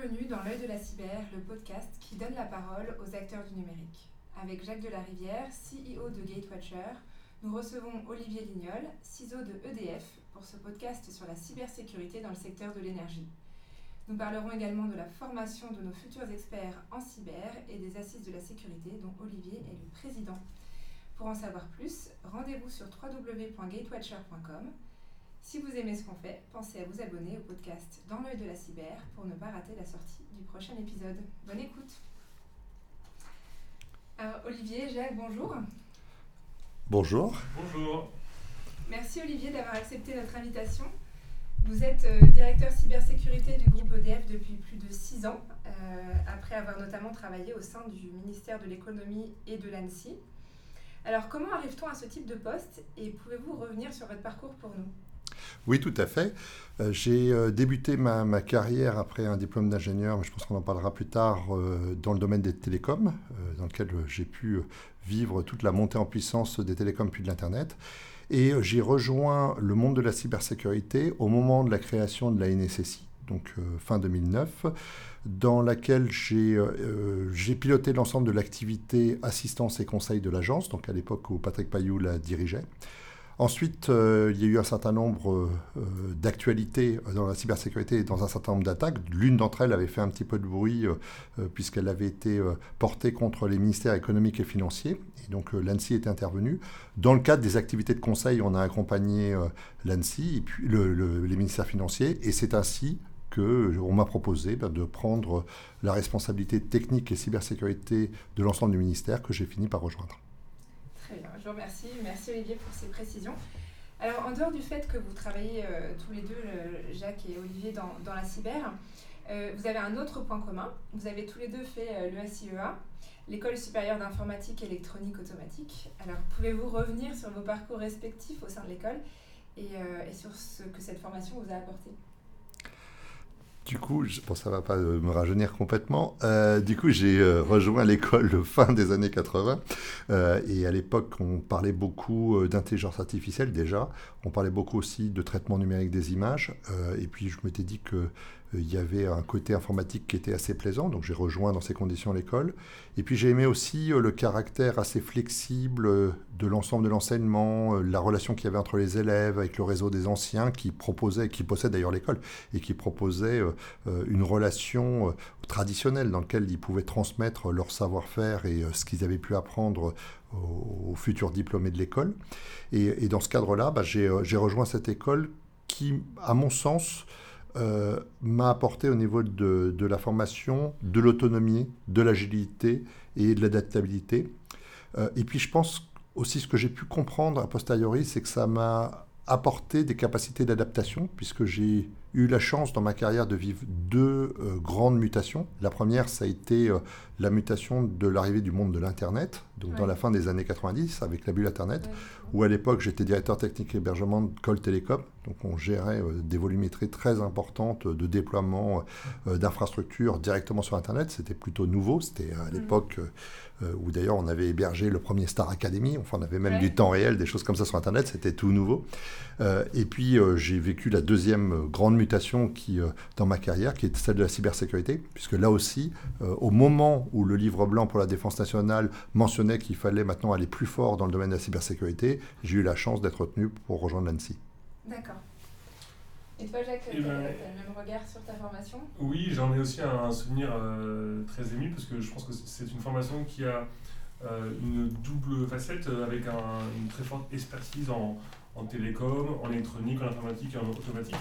Bienvenue dans l'œil de la cyber, le podcast qui donne la parole aux acteurs du numérique. Avec Jacques Delarivière, CEO de Gatewatcher, nous recevons Olivier Lignol, CISO de EDF, pour ce podcast sur la cybersécurité dans le secteur de l'énergie. Nous parlerons également de la formation de nos futurs experts en cyber et des assises de la sécurité dont Olivier est le président. Pour en savoir plus, rendez-vous sur www.gatewatcher.com. Si vous aimez ce qu'on fait, pensez à vous abonner au podcast Dans l'œil de la cyber pour ne pas rater la sortie du prochain épisode. Bonne écoute. Alors Olivier, Jacques, bonjour. Bonjour. Bonjour. Merci Olivier d'avoir accepté notre invitation. Vous êtes directeur cybersécurité du groupe EDF depuis plus de 6 ans, après avoir notamment travaillé au sein du ministère de l'économie et de l'ANSSI. Alors comment arrive-t-on à ce type de poste et pouvez-vous revenir sur votre parcours pour nous ? Oui, tout à fait. J'ai débuté ma carrière après un diplôme d'ingénieur, mais je pense qu'on en parlera plus tard, dans le domaine des télécoms, dans lequel j'ai pu vivre toute la montée en puissance des télécoms puis de l'Internet. Et j'ai rejoint le monde de la cybersécurité au moment de la création de la NSSI, donc fin 2009, dans laquelle j'ai piloté l'ensemble de l'activité assistance et conseil de l'agence, donc à l'époque où Patrick Pailloux la dirigeait. Ensuite, il y a eu un certain nombre d'actualités dans la cybersécurité et dans un certain nombre d'attaques. L'une d'entre elles avait fait un petit peu de bruit puisqu'elle avait été portée contre les ministères économiques et financiers. Et donc l'ANSSI était intervenue. Dans le cadre des activités de conseil, on a accompagné l'ANSSI et puis les ministères financiers. Et c'est ainsi qu'on m'a proposé de prendre la responsabilité technique et cybersécurité de l'ensemble du ministère que j'ai fini par rejoindre. Très bien, je vous remercie. Merci Olivier pour ces précisions. Alors, en dehors du fait que vous travaillez tous les deux, Jacques et Olivier, dans la cyber, vous avez un autre point commun. Vous avez tous les deux fait l'ESIEA, l'École supérieure d'informatique électronique automatique. Alors, pouvez-vous revenir sur vos parcours respectifs au sein de l'école et sur ce que cette formation vous a apporté ? Du coup, ça ne va pas me rajeunir complètement. Du coup, j'ai rejoint l'école fin des années 80. Et à l'époque, on parlait beaucoup d'intelligence artificielle déjà. On parlait beaucoup aussi de traitement numérique des images. Et puis, je m'étais dit qu'il y avait un côté informatique qui était assez plaisant. Donc, j'ai rejoint dans ces conditions l'école. Et puis, j'ai aimé aussi le caractère assez flexible de l'ensemble de l'enseignement, la relation qu'il y avait entre les élèves, avec le réseau des anciens qui possèdent d'ailleurs l'école, et qui proposaient une relation traditionnelle dans laquelle ils pouvaient transmettre leur savoir-faire et ce qu'ils avaient pu apprendre aux futurs diplômés de l'école. Et dans ce cadre-là, j'ai rejoint cette école qui, à mon sens, m'a apporté au niveau de la formation, de l'autonomie, de l'agilité et de l'adaptabilité. Et puis je pense aussi ce que j'ai pu comprendre a posteriori, c'est que ça m'a apporté des capacités d'adaptation, puisque j'ai eu la chance dans ma carrière de vivre deux grandes mutations. La première, ça a été la mutation de l'arrivée du monde de l'Internet, donc dans la fin des années 90, avec la bulle Internet, où à l'époque j'étais directeur technique et hébergement de Call Télécom, donc on gérait des volumétries très importantes de déploiement d'infrastructures directement sur Internet. C'était plutôt nouveau, c'était à l'époque où d'ailleurs on avait hébergé le premier Star Academy, enfin on avait même du temps réel, des choses comme ça sur Internet, c'était tout nouveau. Et puis j'ai vécu la deuxième grande mutation dans ma carrière, qui est celle de la cybersécurité, puisque là aussi, au moment où le livre blanc pour la défense nationale mentionnait qu'il fallait maintenant aller plus fort dans le domaine de la cybersécurité, j'ai eu la chance d'être retenu pour rejoindre l'ANSSI. D'accord. Et toi, Jacques, tu as le même regard sur ta formation ? Oui, j'en ai aussi un souvenir très ému, parce que je pense que c'est une formation qui a une double facette, avec une très forte expertise en télécom, en électronique, en informatique et en automatique,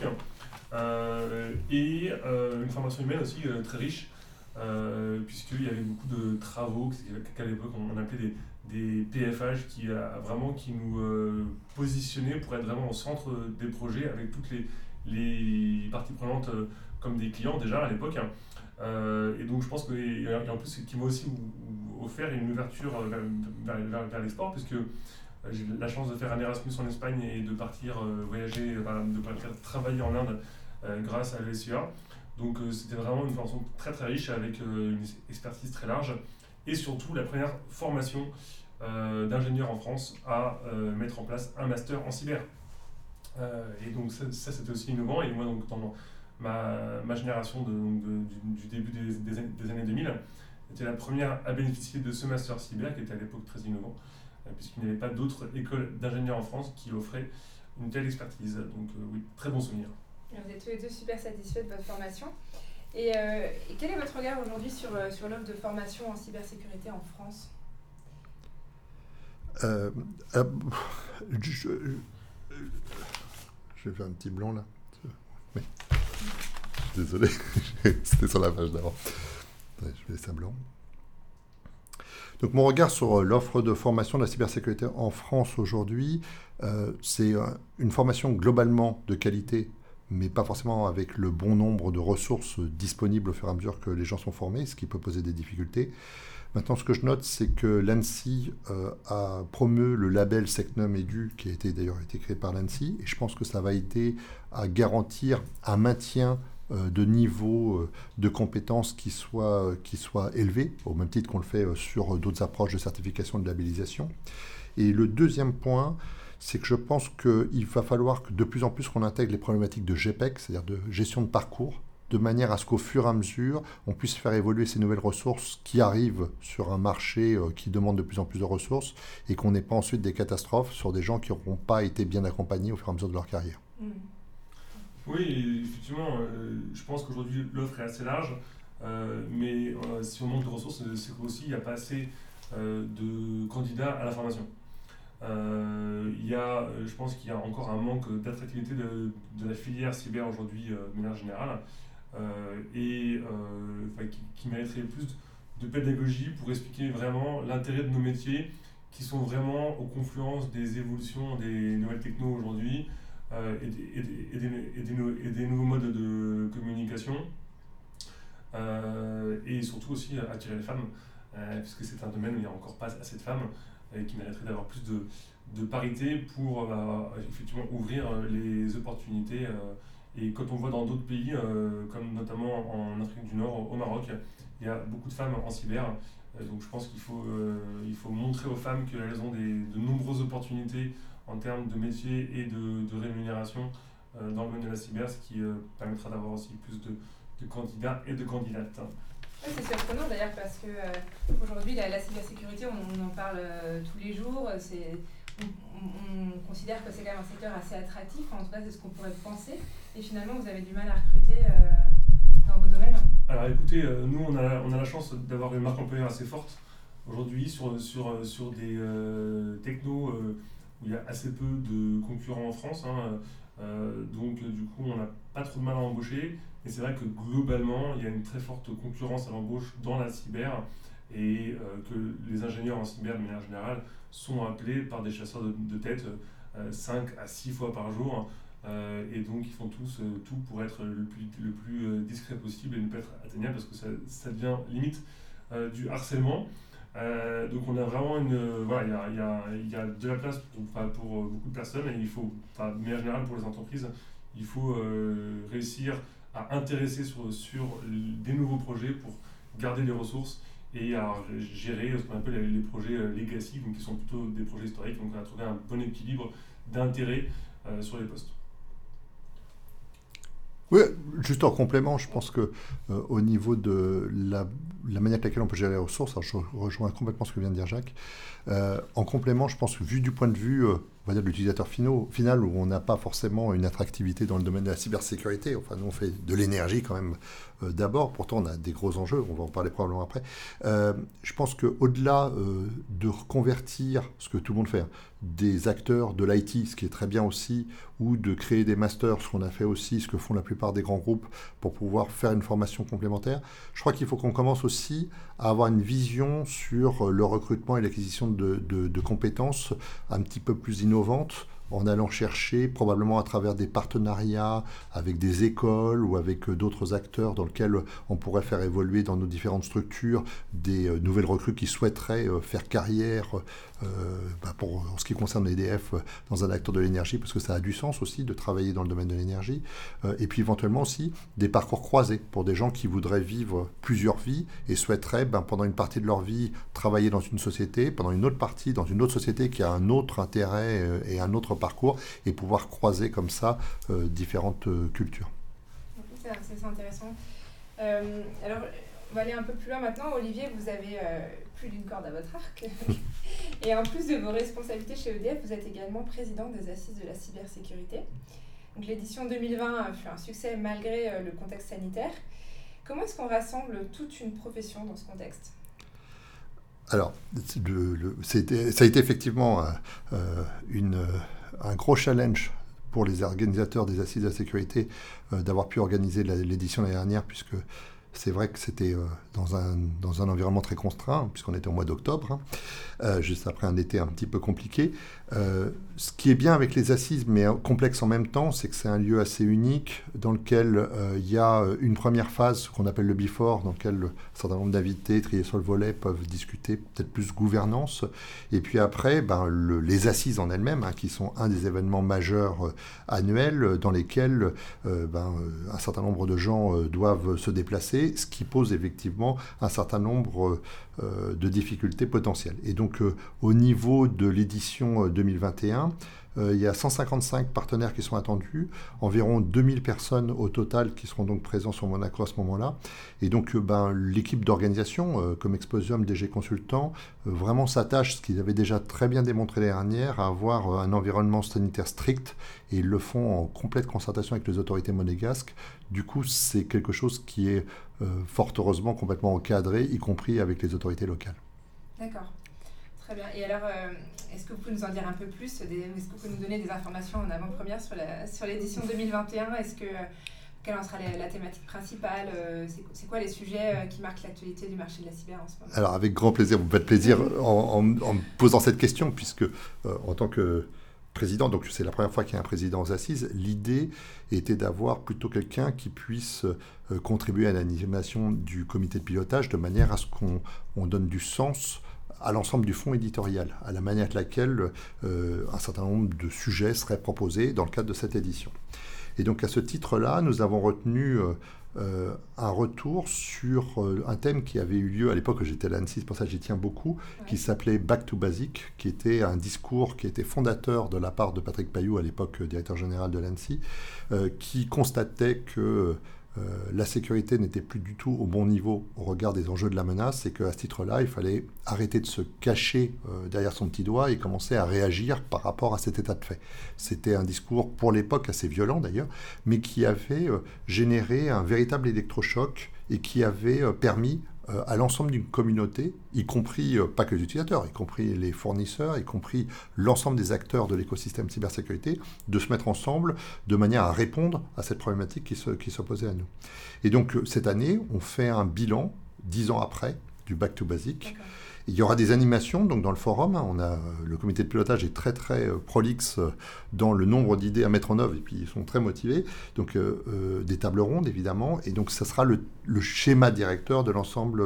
et une formation humaine aussi très riche, puisqu'il y avait beaucoup de travaux qu'à l'époque on appelait des PFH qui nous positionnaient pour être vraiment au centre des projets, avec toutes les parties prenantes comme des clients déjà à l'époque. Et donc je pense que, et en plus, ce qui m'a aussi offert une ouverture vers l'export, puisque j'ai eu la chance de faire un Erasmus en Espagne et de partir voyager, de partir travailler en Inde grâce à l'ESIA. Donc c'était vraiment une formation très très riche, avec une expertise très large, et surtout la première formation d'ingénieur en France à mettre en place un master en cyber. Et donc ça c'était aussi innovant, et moi donc ma génération du début des années 2000 était la première à bénéficier de ce master cyber qui était à l'époque très innovant, puisqu'il n'y avait pas d'autres écoles d'ingénieurs en France qui offraient une telle expertise. Donc oui, très bon souvenir. Vous êtes tous les deux super satisfaits de votre formation. Et quel est votre regard aujourd'hui sur l'offre de formation en cybersécurité en France ? Je vais faire un petit blanc là. Oui. Désolé, c'était sur la page d'avant. Je vais laisser un blanc. Donc mon regard sur l'offre de formation de la cybersécurité en France aujourd'hui, c'est une formation globalement de qualité, mais pas forcément avec le bon nombre de ressources disponibles au fur et à mesure que les gens sont formés, ce qui peut poser des difficultés. Maintenant, ce que je note, c'est que l'ANSSI a promu le label SecNum Edu, qui a d'ailleurs été créé par l'ANSSI, et je pense que ça va aider à garantir un maintien de niveau de compétences qui soit élevé, au même titre qu'on le fait sur d'autres approches de certification et de labellisation. Et le deuxième point, c'est que je pense qu'il va falloir que de plus en plus qu'on intègre les problématiques de GPEC, c'est-à-dire de gestion de parcours, de manière à ce qu'au fur et à mesure, on puisse faire évoluer ces nouvelles ressources qui arrivent sur un marché qui demande de plus en plus de ressources et qu'on n'ait pas ensuite des catastrophes sur des gens qui n'auront pas été bien accompagnés au fur et à mesure de leur carrière. Oui, effectivement, je pense qu'aujourd'hui l'offre est assez large, mais si on manque de ressources, c'est qu'aussi il n'y a pas assez de candidats à la formation. Je pense qu'il y a encore un manque d'attractivité de la filière cyber aujourd'hui de manière générale, qui mériterait plus de pédagogie pour expliquer vraiment l'intérêt de nos métiers qui sont vraiment aux confluences des évolutions des nouvelles technos aujourd'hui et des nouveaux modes de communication, et surtout aussi attirer les femmes, puisque c'est un domaine où il n'y a encore pas assez de femmes et qui mériterait d'avoir plus de parité pour effectivement ouvrir les opportunités. Et quand on voit dans d'autres pays, comme notamment en Afrique du Nord, au Maroc, il y a beaucoup de femmes en cyber. Donc je pense qu'il faut montrer aux femmes qu'elles ont de nombreuses opportunités en termes de métier et de rémunération dans le domaine de la cyber, ce qui permettra d'avoir aussi plus de candidats et de candidates. Oui, c'est surprenant d'ailleurs parce que aujourd'hui la cybersécurité on en parle tous les jours, on considère que c'est quand même un secteur assez attractif, en tout cas c'est ce qu'on pourrait penser, et finalement vous avez du mal à recruter dans vos domaines. Alors écoutez, nous on a la chance d'avoir une marque employeur assez forte aujourd'hui sur des technos où il y a assez peu de concurrents en France, donc du coup on n'a pas trop de mal à embaucher. Et c'est vrai que globalement, il y a une très forte concurrence à l'embauche dans la cyber et que les ingénieurs en cyber, de manière générale, sont appelés par des chasseurs de tête 5 à 6 fois par jour. Et donc, ils font tous tout pour être le plus discret possible et ne pas être atteignable parce que ça devient limite du harcèlement. Donc, on a vraiment il y a de la place pour beaucoup de personnes et il faut, de manière générale, pour les entreprises, il faut réussir à intéresser sur des nouveaux projets pour garder les ressources et à gérer ce qu'on appelle les projets legacy, donc qui sont plutôt des projets historiques. Donc on a trouvé un bon équilibre d'intérêt sur les postes. Oui, juste en complément, je pense que au niveau de la manière avec laquelle on peut gérer les ressources, alors je rejoins complètement ce que vient de dire Jacques. En complément, je pense que vu du point de vue on va dire de l'utilisateur final, où on n'a pas forcément une attractivité dans le domaine de la cybersécurité, enfin nous on fait de l'énergie quand même d'abord, pourtant on a des gros enjeux, on va en parler probablement après. Je pense qu'au-delà de reconvertir ce que tout le monde fait, des acteurs de l'IT, ce qui est très bien aussi, ou de créer des masters, ce qu'on a fait aussi, ce que font la plupart des grands groupes pour pouvoir faire une formation complémentaire, je crois qu'il faut qu'on commence aussi à avoir une vision sur le recrutement et l'acquisition de compétences un petit peu plus innovantes, en allant chercher probablement à travers des partenariats avec des écoles ou avec d'autres acteurs dans lesquels on pourrait faire évoluer dans nos différentes structures des nouvelles recrues qui souhaiteraient faire carrière en ce qui concerne l'EDF dans un acteur de l'énergie, parce que ça a du sens aussi de travailler dans le domaine de l'énergie, et puis éventuellement aussi des parcours croisés pour des gens qui voudraient vivre plusieurs vies et souhaiteraient pendant une partie de leur vie travailler dans une société, pendant une autre partie dans une autre société qui a un autre intérêt et un autre parcours, et pouvoir croiser comme ça différentes cultures. C'est c'est intéressant. Alors, on va aller un peu plus loin maintenant. Olivier, vous avez plus d'une corde à votre arc. Et en plus de vos responsabilités chez EDF, vous êtes également président des Assises de la cybersécurité. Donc, l'édition 2020 fut un succès malgré le contexte sanitaire. Comment est-ce qu'on rassemble toute une profession dans ce contexte ? Alors, ça a été effectivement un gros challenge pour les organisateurs des Assises de la sécurité d'avoir pu organiser l'édition l'année dernière, puisque c'est vrai que c'était dans un environnement très contraint, puisqu'on était au mois d'octobre, juste après un été un petit peu compliqué. Ce qui est bien avec les assises, mais complexe en même temps, c'est que c'est un lieu assez unique dans lequel il y a une première phase, ce qu'on appelle le before, dans lequel un certain nombre d'invités triés sur le volet peuvent discuter peut-être plus gouvernance. Et puis après, les assises en elles-mêmes, qui sont un des événements majeurs annuels dans lesquels un certain nombre de gens doivent se déplacer, ce qui pose effectivement un certain nombre de difficultés potentielles. Et donc, au niveau de l'édition 2021, il y a 155 partenaires qui sont attendus, environ 2000 personnes au total qui seront donc présents sur Monaco à ce moment-là. Et donc, l'équipe d'organisation, comme Exposium, DG Consultant, vraiment s'attache, ce qu'ils avaient déjà très bien démontré l'année dernière, à avoir un environnement sanitaire strict, et ils le font en complète concertation avec les autorités monégasques. Du coup, c'est quelque chose qui est fort heureusement complètement encadré, y compris avec les autorités locales. D'accord. Très bien. Et alors, est-ce que vous pouvez nous en dire un peu plus est-ce que vous pouvez nous donner des informations en avant-première sur l'édition 2021 quelle en sera la thématique principale c'est quoi les sujets qui marquent l'actualité du marché de la cyber en ce moment ? Alors, avec grand plaisir, vous me faites plaisir en me posant cette question, puisque en tant que président, donc c'est la première fois qu'il y a un président aux assises, l'idée était d'avoir plutôt quelqu'un qui puisse contribuer à l'animation du comité de pilotage de manière à ce qu'on donne du sens à l'ensemble du fonds éditorial, à la manière de laquelle un certain nombre de sujets seraient proposés dans le cadre de cette édition. Et donc à ce titre-là, nous avons retenu un retour sur un thème qui avait eu lieu à l'époque où j'étais à l'ANSSI, c'est pour ça que j'y tiens beaucoup, qui s'appelait Back to Basic, qui était un discours qui était fondateur de la part de Patrick Pailloux, à l'époque directeur général de l'ANSSI, qui constatait que la sécurité n'était plus du tout au bon niveau au regard des enjeux de la menace, et qu'à ce titre-là, il fallait arrêter de se cacher derrière son petit doigt et commencer à réagir par rapport à cet état de fait. C'était un discours pour l'époque assez violent d'ailleurs, mais qui avait généré un véritable électrochoc et qui avait permis à l'ensemble d'une communauté, y compris pas que les utilisateurs, y compris les fournisseurs, y compris l'ensemble des acteurs de l'écosystème cybersécurité, de se mettre ensemble de manière à répondre à cette problématique qui s'opposait à nous. Et donc cette année, on fait un bilan, 10 ans après, du Back to Basic. D'accord. Il y aura des animations donc dans le forum. Le comité de pilotage est très très prolixe dans le nombre d'idées à mettre en œuvre, et puis ils sont très motivés. Donc des tables rondes évidemment, et donc ça sera le schéma directeur de l'ensemble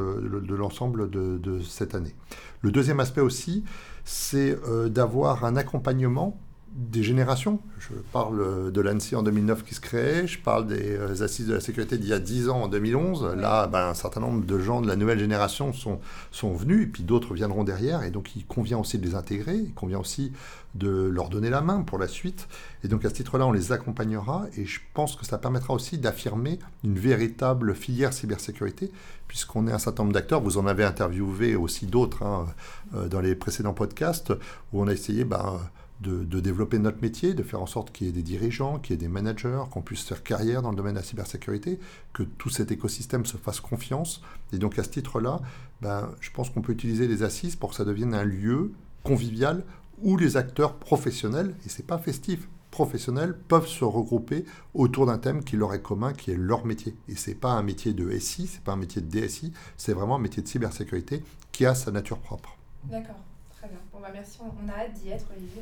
de cette année. Le deuxième aspect aussi, c'est d'avoir un accompagnement des générations. Je parle de l'ANSSI en 2009 qui se créait, je parle des assises de la sécurité d'il y a 10 ans en 2011. Oui. Là, un certain nombre de gens de la nouvelle génération sont venus, et puis d'autres viendront derrière, et donc il convient aussi de les intégrer, il convient aussi de leur donner la main pour la suite. Et donc à ce titre-là, on les accompagnera, et je pense que ça permettra aussi d'affirmer une véritable filière cybersécurité, puisqu'on est un certain nombre d'acteurs. Vous en avez interviewé aussi d'autres dans les précédents podcasts, où on a essayé de développer notre métier, de faire en sorte qu'il y ait des dirigeants, qu'il y ait des managers, qu'on puisse faire carrière dans le domaine de la cybersécurité, que tout cet écosystème se fasse confiance. Et donc à ce titre-là, je pense qu'on peut utiliser les assises pour que ça devienne un lieu convivial où les acteurs professionnels, et c'est pas festif, professionnels, peuvent se regrouper autour d'un thème qui leur est commun, qui est leur métier. Et c'est pas un métier de SI, c'est pas un métier de DSI, c'est vraiment un métier de cybersécurité qui a sa nature propre. D'accord. Très bien. Bon, merci, on a hâte d'y être, Olivier.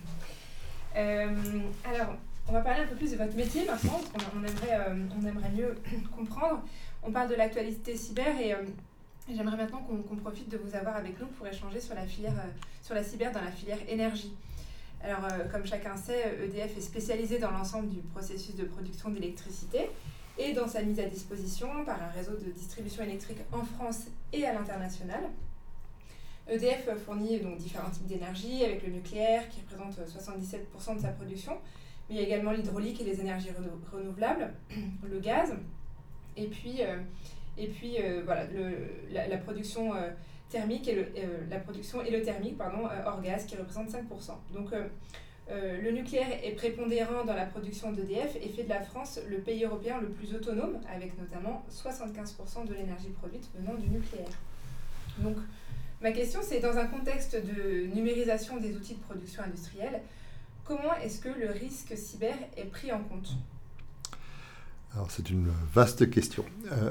Alors, on va parler un peu plus de votre métier maintenant, parce qu'on aimerait mieux comprendre. On parle de l'actualité cyber, et j'aimerais maintenant qu'on profite de vous avoir avec nous pour échanger sur la cyber dans la filière énergie. Alors, comme chacun sait, EDF est spécialisé dans l'ensemble du processus de production d'électricité et dans sa mise à disposition par un réseau de distribution électrique en France et à l'international. EDF fournit donc différents types d'énergie, avec le nucléaire qui représente 77% de sa production, Mais il y a également l'hydraulique et les énergies renouvelables, le gaz, et puis voilà, la production thermique la production et le thermique hors gaz qui représente 5%. Donc le nucléaire est prépondérant dans la production d'EDF et fait de la France le pays européen le plus autonome, avec notamment 75% de l'énergie produite venant du nucléaire. Donc ma question, c'est dans un contexte de numérisation des outils de production industrielle, comment est-ce que le risque cyber est pris en compte ? Alors, c'est une vaste question.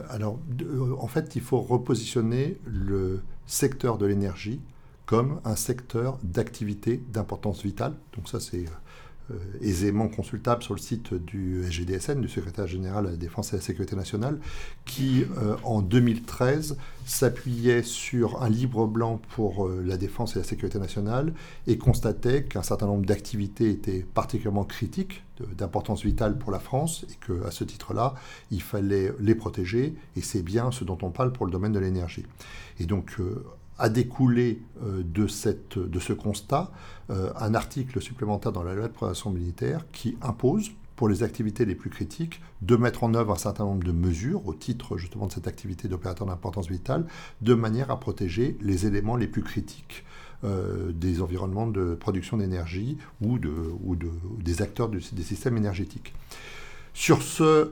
En fait, il faut repositionner le secteur de l'énergie comme un secteur d'activité d'importance vitale. Donc ça, c'est aisément consultable sur le site du SGDSN, du Secrétaire général à la Défense et à la Sécurité nationale, qui, en 2013, s'appuyait sur un livre blanc pour la Défense et la Sécurité nationale et constatait qu'un certain nombre d'activités étaient particulièrement critiques, d'importance vitale pour la France, et qu'à ce titre-là, il fallait les protéger, et c'est bien ce dont on parle pour le domaine de l'énergie. Et donc, a découlé de ce constat un article supplémentaire dans la loi de programmation militaire qui impose, pour les activités les plus critiques, de mettre en œuvre un certain nombre de mesures au titre justement de cette activité d'opérateur d'importance vitale, de manière à protéger les éléments les plus critiques des environnements de production d'énergie ou des acteurs des systèmes énergétiques. Sur ce,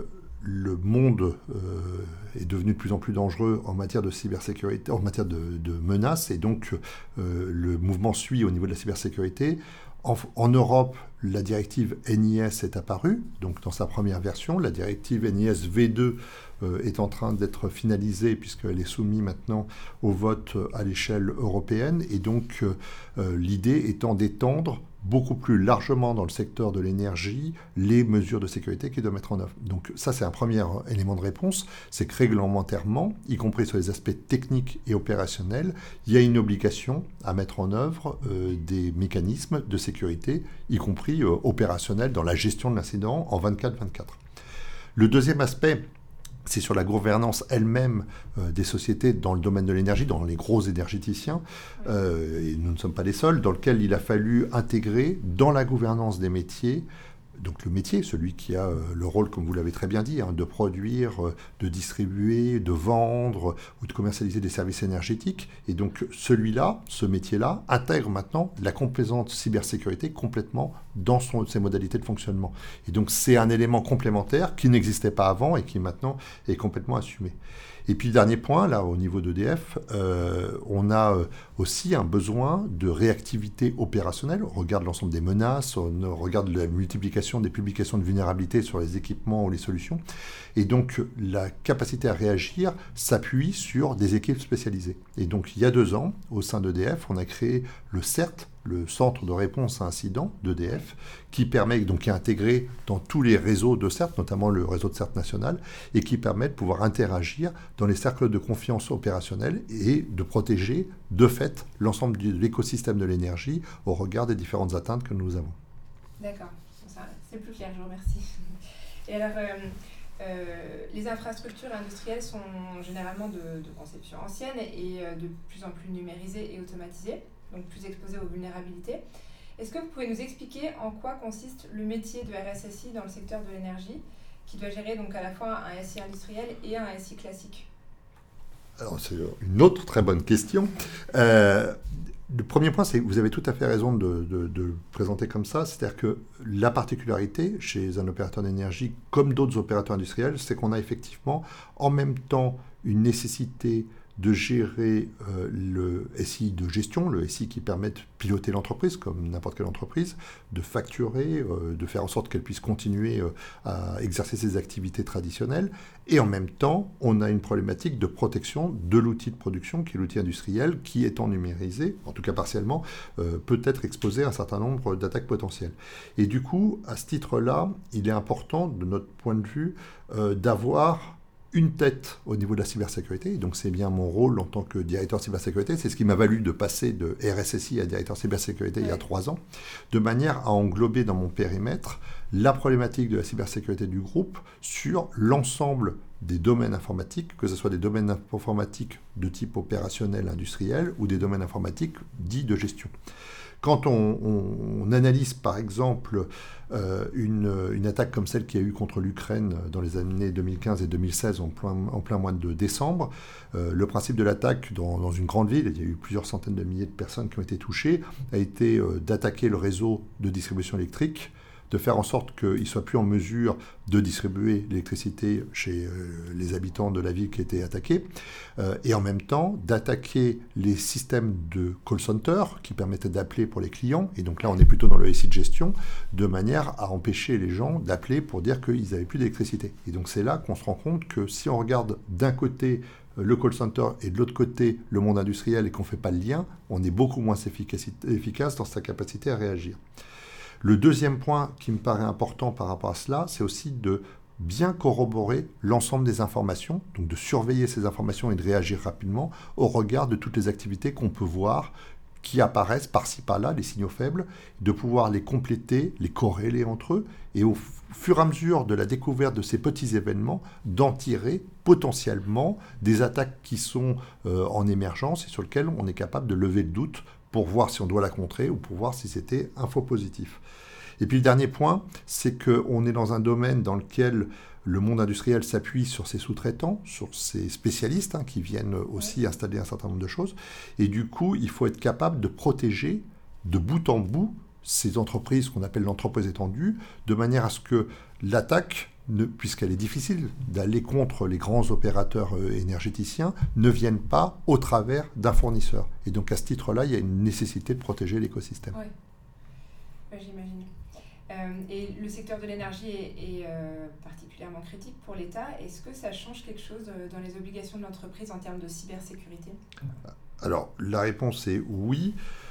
le monde est devenu de plus en plus dangereux en matière de cybersécurité, en matière de menaces, et donc le mouvement suit au niveau de la cybersécurité. En Europe, la directive NIS est apparue, donc dans sa première version. La directive NIS V2 est en train d'être finalisée puisqu'elle est soumise maintenant au vote à l'échelle européenne. Et donc l'idée étant d'étendre beaucoup plus largement dans le secteur de l'énergie les mesures de sécurité qu'il doit mettre en œuvre. Donc ça, c'est un premier élément de réponse, c'est que réglementairement, y compris sur les aspects techniques et opérationnels, il y a une obligation à mettre en œuvre des mécanismes de sécurité, y compris opérationnels dans la gestion de l'incident en 24-24. Le deuxième aspect, c'est sur la gouvernance elle-même des sociétés dans le domaine de l'énergie, dans les gros énergéticiens, et nous ne sommes pas les seuls, dans lequel il a fallu intégrer dans la gouvernance des métiers, donc le métier, celui qui a le rôle, comme vous l'avez très bien dit, de produire, de distribuer, de vendre ou de commercialiser des services énergétiques. Et donc celui-là, ce métier-là, intègre maintenant la composante cybersécurité complètement dans ses modalités de fonctionnement. Et donc c'est un élément complémentaire qui n'existait pas avant et qui maintenant est complètement assumé. Et puis, dernier point, là, au niveau d'EDF, on a aussi un besoin de réactivité opérationnelle. On regarde l'ensemble des menaces, on regarde la multiplication des publications de vulnérabilités sur les équipements ou les solutions. Et donc, la capacité à réagir s'appuie sur des équipes spécialisées. Et donc, il y a 2 ans, au sein d'EDF, on a créé le CERT, le centre de réponse à incidents d'EDF, qui permet, donc qui est intégré dans tous les réseaux de CERT, notamment le réseau de CERT national, et qui permet de pouvoir interagir dans les cercles de confiance opérationnels et de protéger, de fait, l'ensemble de l'écosystème de l'énergie au regard des différentes atteintes que nous avons. D'accord, c'est plus clair, je vous remercie. Et alors, les infrastructures industrielles sont généralement de conception ancienne et de plus en plus numérisées et automatisées, donc plus exposées aux vulnérabilités. Est-ce que vous pouvez nous expliquer en quoi consiste le métier de RSSI dans le secteur de l'énergie, qui doit gérer donc à la fois un SI industriel et un SI classique ? Alors, c'est une autre très bonne question. Le premier point, c'est que vous avez tout à fait raison de le présenter comme ça. C'est-à-dire que la particularité chez un opérateur d'énergie, comme d'autres opérateurs industriels, c'est qu'on a effectivement en même temps une nécessité de gérer le SI de gestion, le SI qui permet de piloter l'entreprise, comme n'importe quelle entreprise, de facturer, de faire en sorte qu'elle puisse continuer à exercer ses activités traditionnelles. Et en même temps, on a une problématique de protection de l'outil de production, qui est l'outil industriel, qui étant numérisé, en tout cas partiellement, peut être exposé à un certain nombre d'attaques potentielles. Et du coup, à ce titre-là, il est important, de notre point de vue, d'avoir une tête au niveau de la cybersécurité, et donc c'est bien mon rôle en tant que directeur cybersécurité, c'est ce qui m'a valu de passer de RSSI à directeur cybersécurité il y a 3 ans, de manière à englober dans mon périmètre la problématique de la cybersécurité du groupe sur l'ensemble des domaines informatiques, que ce soit des domaines informatiques de type opérationnel, industriel, ou des domaines informatiques dits de gestion. Quand on analyse par exemple une attaque comme celle qu'il y a eu contre l'Ukraine dans les années 2015 et 2016 en plein mois de décembre, le principe de l'attaque dans une grande ville, il y a eu plusieurs centaines de milliers de personnes qui ont été touchées, a été d'attaquer le réseau de distribution électrique, de faire en sorte qu'ils ne soient plus en mesure de distribuer l'électricité chez les habitants de la ville qui était attaquée, et en même temps d'attaquer les systèmes de call center qui permettaient d'appeler pour les clients, et donc là on est plutôt dans le SI de gestion, de manière à empêcher les gens d'appeler pour dire qu'ils n'avaient plus d'électricité. Et donc c'est là qu'on se rend compte que si on regarde d'un côté le call center et de l'autre côté le monde industriel et qu'on ne fait pas le lien, on est beaucoup moins efficace dans sa capacité à réagir. Le deuxième point qui me paraît important par rapport à cela, c'est aussi de bien corroborer l'ensemble des informations, donc de surveiller ces informations et de réagir rapidement au regard de toutes les activités qu'on peut voir qui apparaissent par-ci par-là, les signaux faibles, de pouvoir les compléter, les corréler entre eux, et au fur et à mesure de la découverte de ces petits événements, d'en tirer potentiellement des attaques qui sont en émergence et sur lesquelles on est capable de lever le doute pour voir si on doit la contrer ou pour voir si c'était un faux positif. Et puis le dernier point, c'est qu'on est dans un domaine dans lequel le monde industriel s'appuie sur ses sous-traitants, sur ses spécialistes qui viennent aussi installer un certain nombre de choses. Et du coup, il faut être capable de protéger de bout en bout ces entreprises qu'on appelle l'entreprise étendue, de manière à ce que l'attaque, puisqu'elle est difficile d'aller contre les grands opérateurs énergéticiens, ne vienne pas au travers d'un fournisseur. Et donc à ce titre-là, il y a une nécessité de protéger l'écosystème. Oui, j'imagine. Et le secteur de l'énergie est particulièrement critique pour l'État. Est-ce que ça change quelque chose dans les obligations de l'entreprise en termes de cybersécurité ? Alors, la réponse est oui,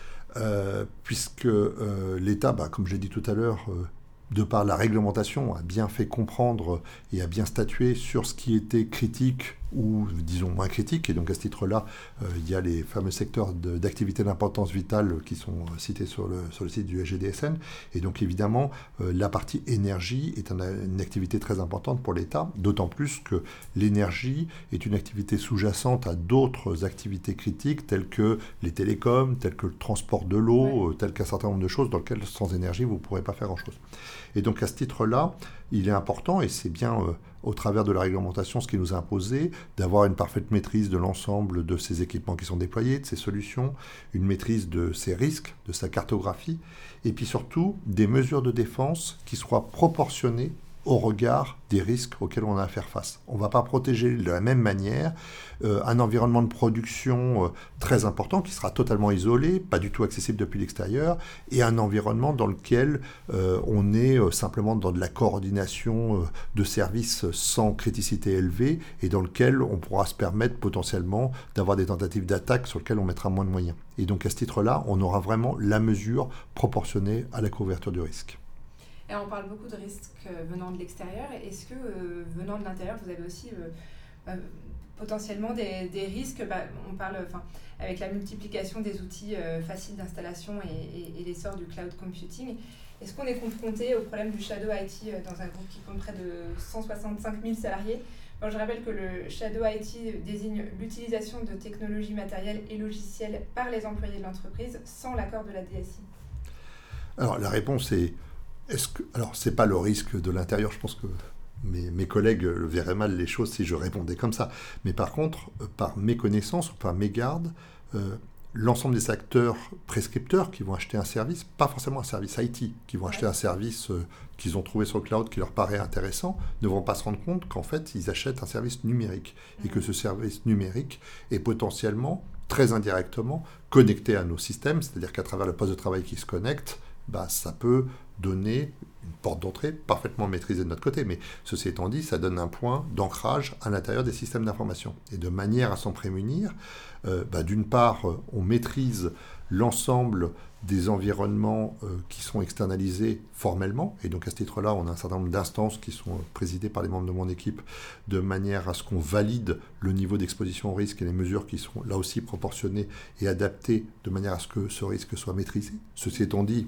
puisque l'État, comme j'ai dit tout à l'heure, de par la réglementation, a bien fait comprendre et a bien statué sur ce qui était critique ou, disons, moins critique. Et donc, à ce titre-là, il y a les fameux secteurs d'activité d'importance vitale qui sont cités sur le site du SGDSN. Et donc, évidemment, la partie énergie est une activité très importante pour l'État, d'autant plus que l'énergie est une activité sous-jacente à d'autres activités critiques, telles que les télécoms, telles que le transport de l'eau, telles qu'un certain nombre de choses dans lesquelles, sans énergie, vous ne pourrez pas faire grand-chose. Et donc, à ce titre-là, il est important, et c'est bien au travers de la réglementation ce qui nous a imposé, d'avoir une parfaite maîtrise de l'ensemble de ces équipements qui sont déployés, de ces solutions, une maîtrise de ses risques, de sa cartographie, et puis surtout des mesures de défense qui soient proportionnées au regard des risques auxquels on a à faire face. On ne va pas protéger de la même manière un environnement de production très important qui sera totalement isolé, pas du tout accessible depuis l'extérieur, et un environnement dans lequel on est simplement dans de la coordination de services sans criticité élevée et dans lequel on pourra se permettre potentiellement d'avoir des tentatives d'attaque sur lesquelles on mettra moins de moyens. Et donc à ce titre-là, on aura vraiment la mesure proportionnée à la couverture du risque. Et on parle beaucoup de risques venant de l'extérieur. Est-ce que venant de l'intérieur, vous avez aussi potentiellement des risques on parle avec la multiplication des outils faciles d'installation et l'essor du cloud computing. Est-ce qu'on est confronté au problème du Shadow IT dans un groupe qui compte près de 165 000 salariés ? Alors, je rappelle que le Shadow IT désigne l'utilisation de technologies matérielles et logicielles par les employés de l'entreprise sans l'accord de la DSI. Alors la réponse est... Alors, ce n'est pas le risque de l'intérieur, je pense que mes collègues verraient mal les choses si je répondais comme ça. Mais par contre, par mes connaissances ou par mes gardes, l'ensemble des acteurs prescripteurs qui vont acheter un service, pas forcément un service IT, qui vont acheter un service qu'ils ont trouvé sur le cloud qui leur paraît intéressant, ne vont pas se rendre compte qu'en fait, ils achètent un service numérique et que ce service numérique est potentiellement, très indirectement, connecté à nos systèmes, c'est-à-dire qu'à travers le poste de travail qui se connecte, ça peut donner une porte d'entrée parfaitement maîtrisée de notre côté. Mais ceci étant dit, ça donne un point d'ancrage à l'intérieur des systèmes d'information. Et de manière à s'en prémunir, d'une part, on maîtrise l'ensemble des environnements qui sont externalisés formellement. Et donc à ce titre-là, on a un certain nombre d'instances qui sont présidées par les membres de mon équipe de manière à ce qu'on valide le niveau d'exposition au risque et les mesures qui sont là aussi proportionnées et adaptées de manière à ce que ce risque soit maîtrisé. Ceci étant dit,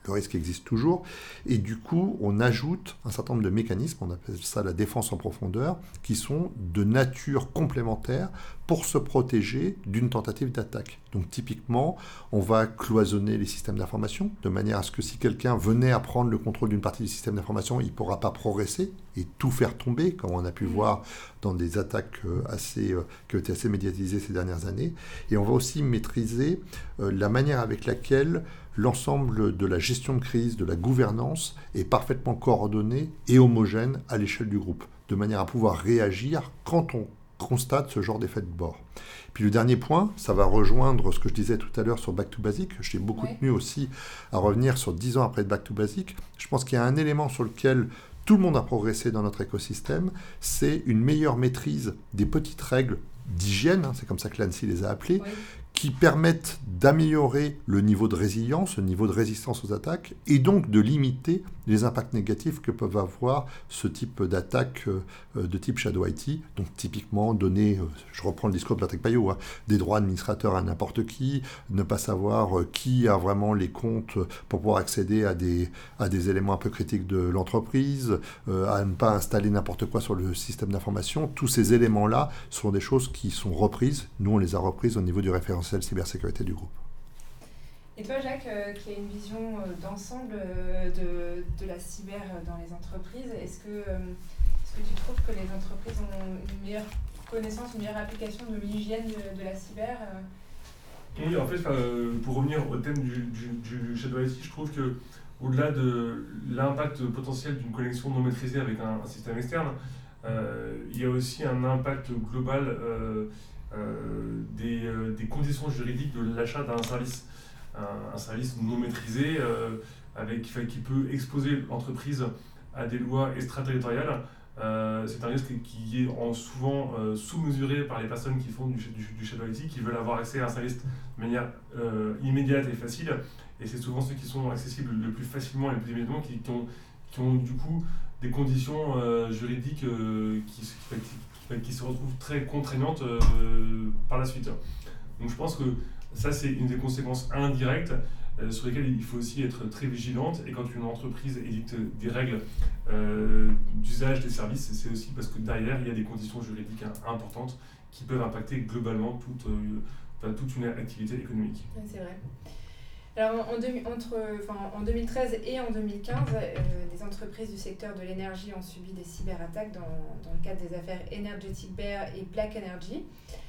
le risque existe toujours. Et du coup, on ajoute un certain nombre de mécanismes, on appelle ça la défense en profondeur, qui sont de nature complémentaire pour se protéger d'une tentative d'attaque. Donc typiquement, on va cloisonner les systèmes d'information, de manière à ce que si quelqu'un venait à prendre le contrôle d'une partie du système d'information, il ne pourra pas progresser et tout faire tomber, comme on a pu voir dans des attaques qui ont été assez médiatisées ces dernières années. Et on va aussi maîtriser la manière avec laquelle l'ensemble de la gestion de crise, de la gouvernance, est parfaitement coordonné et homogène à l'échelle du groupe, de manière à pouvoir réagir quand on constate ce genre d'effet de bord. Puis le dernier point, ça va rejoindre ce que je disais tout à l'heure sur Back to Basic. J'ai beaucoup tenu aussi à revenir sur 10 ans après Back to Basic. Je pense qu'il y a un élément sur lequel tout le monde a progressé dans notre écosystème, c'est une meilleure maîtrise des petites règles d'hygiène, c'est comme ça que l'ANSSI les a appelées, qui permettent d'améliorer le niveau de résilience, le niveau de résistance aux attaques, et donc de limiter les impacts négatifs que peuvent avoir ce type d'attaques de type Shadow IT. Donc typiquement donner, je reprends le discours de Patrick Payot, des droits administrateurs à n'importe qui, ne pas savoir qui a vraiment les comptes pour pouvoir accéder à des éléments un peu critiques de l'entreprise, à ne pas installer n'importe quoi sur le système d'information. Tous ces éléments-là sont des choses qui sont reprises. Nous, on les a reprises au niveau du référentiel cybersécurité du groupe. Et toi, Jacques, qui a une vision d'ensemble de la cyber dans les entreprises, est-ce que tu trouves que les entreprises ont une meilleure connaissance, une meilleure application de l'hygiène de la cyber Oui, en fait, pour revenir au thème du Shadow IT, je trouve que au-delà de l'impact potentiel d'une connexion non maîtrisée avec un système externe, il y a aussi un impact global des conditions juridiques de l'achat d'un service. Un service non maîtrisé qui peut exposer l'entreprise à des lois extraterritoriales. C'est un risque qui est souvent sous-mesuré par les personnes qui font du Shadow IT, qui veulent avoir accès à un service de manière immédiate et facile. Et c'est souvent ceux qui sont accessibles le plus facilement et le plus immédiatement qui ont du coup des conditions juridiques qui se retrouvent très contraignantes par la suite. Donc je pense que ça, c'est une des conséquences indirectes sur lesquelles il faut aussi être très vigilante. Et quand une entreprise édicte des règles d'usage des services, c'est aussi parce que derrière, il y a des conditions juridiques importantes qui peuvent impacter globalement toute une activité économique. C'est vrai. Alors, en 2013 et en 2015, des entreprises du secteur de l'énergie ont subi des cyberattaques dans le cadre des affaires Energetic Bear et Black Energy.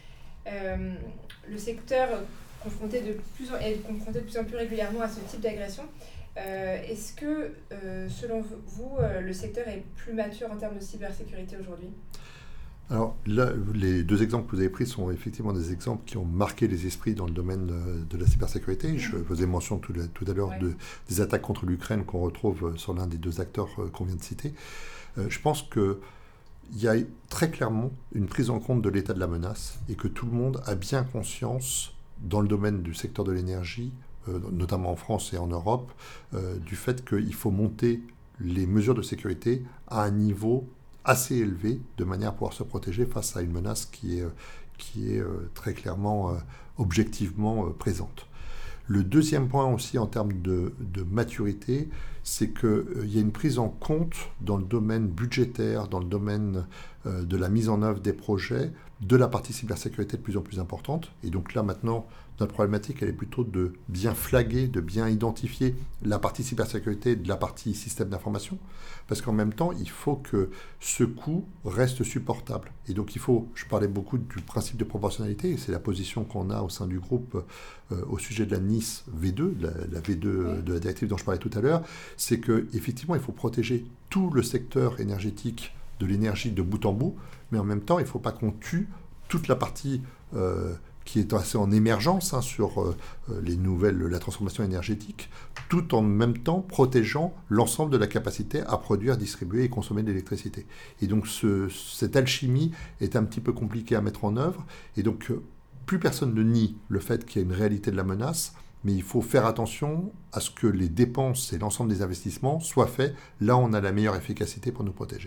Le secteur est confronté de plus en plus régulièrement à ce type d'agression. Est-ce que, selon vous, le secteur est plus mature en termes de cybersécurité aujourd'hui ? Alors là, les deux exemples que vous avez pris sont effectivement des exemples qui ont marqué les esprits dans le domaine de la cybersécurité. Je faisais mention tout à l'heure des attaques contre l'Ukraine qu'on retrouve sur l'un des deux acteurs qu'on vient de citer. Je pense qu'il y a très clairement une prise en compte de l'état de la menace et que tout le monde a bien conscience dans le domaine du secteur de l'énergie, notamment en France et en Europe, du fait qu'il faut monter les mesures de sécurité à un niveau assez élevé, de manière à pouvoir se protéger face à une menace qui est très clairement, objectivement présente. Le deuxième point aussi en termes de maturité, c'est qu'il y a une prise en compte dans le domaine budgétaire, dans le domaine de la mise en œuvre des projets, de la partie cybersécurité de plus en plus importante. Et donc là maintenant, notre problématique, elle est plutôt de bien flaguer, de bien identifier la partie cybersécurité de la partie système d'information, parce qu'en même temps, il faut que ce coût reste supportable. Et donc je parlais beaucoup du principe de proportionnalité, et c'est la position qu'on a au sein du groupe au sujet de la NIS V2, la V2 de la directive dont je parlais tout à l'heure, c'est qu'effectivement, il faut protéger tout le secteur énergétique de l'énergie de bout en bout, mais en même temps, il ne faut pas qu'on tue toute la partie qui est assez en émergence sur la transformation énergétique, tout en même temps protégeant l'ensemble de la capacité à produire, distribuer et consommer de l'électricité. Et donc cette alchimie est un petit peu compliquée à mettre en œuvre, et donc plus personne ne nie le fait qu'il y a une réalité de la menace, mais il faut faire attention à ce que les dépenses et l'ensemble des investissements soient faits là où on a la meilleure efficacité pour nous protéger.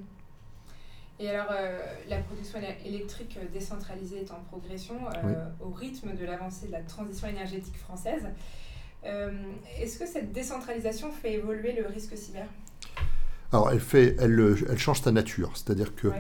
Et alors, la production électrique décentralisée est en progression au rythme de l'avancée de la transition énergétique française. Est-ce que cette décentralisation fait évoluer le risque cyber ? Alors, elle change sa nature, c'est-à-dire que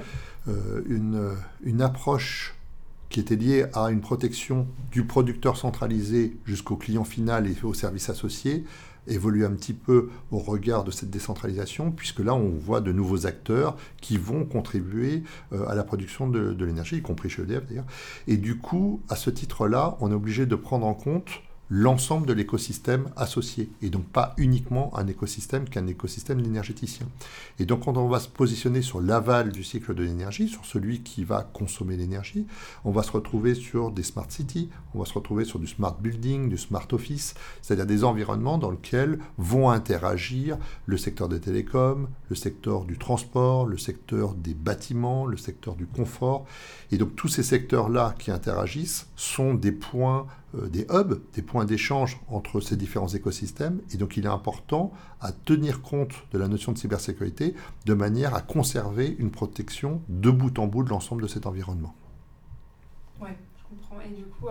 une approche qui était liée à une protection du producteur centralisé jusqu'au client final et aux services associés évolue un petit peu au regard de cette décentralisation, puisque là, on voit de nouveaux acteurs qui vont contribuer à la production de l'énergie, y compris chez EDF d'ailleurs. Et du coup, à ce titre-là, on est obligé de prendre en compte l'ensemble de l'écosystème associé, et donc pas uniquement un écosystème qu'un écosystème d'énergéticiens. Et donc quand on va se positionner sur l'aval du cycle de l'énergie, sur celui qui va consommer l'énergie, on va se retrouver sur des smart cities, on va se retrouver sur du smart building, du smart office, c'est-à-dire des environnements dans lesquels vont interagir le secteur des télécoms, le secteur du transport, le secteur des bâtiments, le secteur du confort. Et donc tous ces secteurs-là qui interagissent sont des points, des hubs, des points d'échange entre ces différents écosystèmes. Et donc il est important à tenir compte de la notion de cybersécurité de manière à conserver une protection de bout en bout de l'ensemble de cet environnement. Oui, je comprends. Et du coup,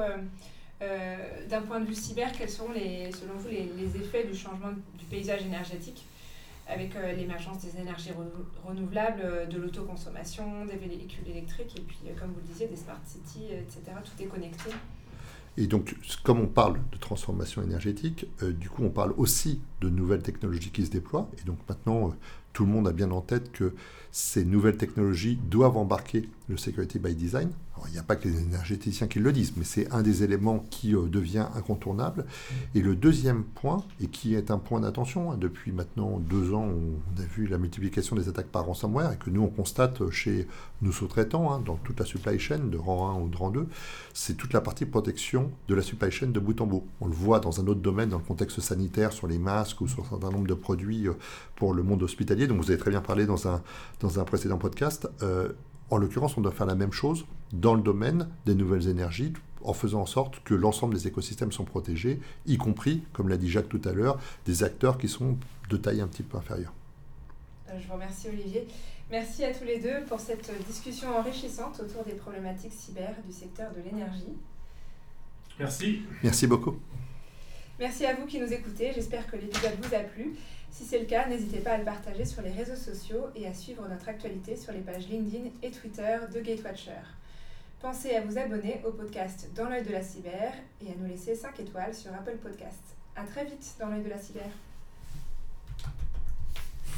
d'un point de vue cyber, quels seront selon vous les effets du changement du paysage énergétique avec l'émergence des énergies renouvelables, de l'autoconsommation, des véhicules électriques et puis, comme vous le disiez, des smart cities, etc. Tout est connecté. Et donc, comme on parle de transformation énergétique, du coup, on parle aussi de nouvelles technologies qui se déploient. Et donc maintenant, tout le monde a bien en tête que ces nouvelles technologies doivent embarquer le security by design. Alors, il n'y a pas que les énergéticiens qui le disent, mais c'est un des éléments qui devient incontournable. Et le deuxième point, et qui est un point d'attention, depuis maintenant 2 ans, on a vu la multiplication des attaques par ransomware, et que nous, on constate chez nos sous-traitants, dans toute la supply chain, de rang 1 ou de rang 2, c'est toute la partie protection de la supply chain de bout en bout. On le voit dans un autre domaine, dans le contexte sanitaire, sur les masques ou sur un certain nombre de produits pour le monde hospitalier. Donc vous avez très bien parlé dans un précédent podcast. En l'occurrence, on doit faire la même chose dans le domaine des nouvelles énergies, en faisant en sorte que l'ensemble des écosystèmes sont protégés, y compris, comme l'a dit Jacques tout à l'heure, des acteurs qui sont de taille un petit peu inférieure. Je vous remercie Olivier. Merci à tous les deux pour cette discussion enrichissante autour des problématiques cyber du secteur de l'énergie. Merci. Merci beaucoup. Merci à vous qui nous écoutez. J'espère que l'épisode vous a plu. Si c'est le cas, n'hésitez pas à le partager sur les réseaux sociaux et à suivre notre actualité sur les pages LinkedIn et Twitter de Gatewatcher. Pensez à vous abonner au podcast Dans l'œil de la cyber et à nous laisser 5 étoiles sur Apple Podcasts. À très vite dans l'œil de la cyber.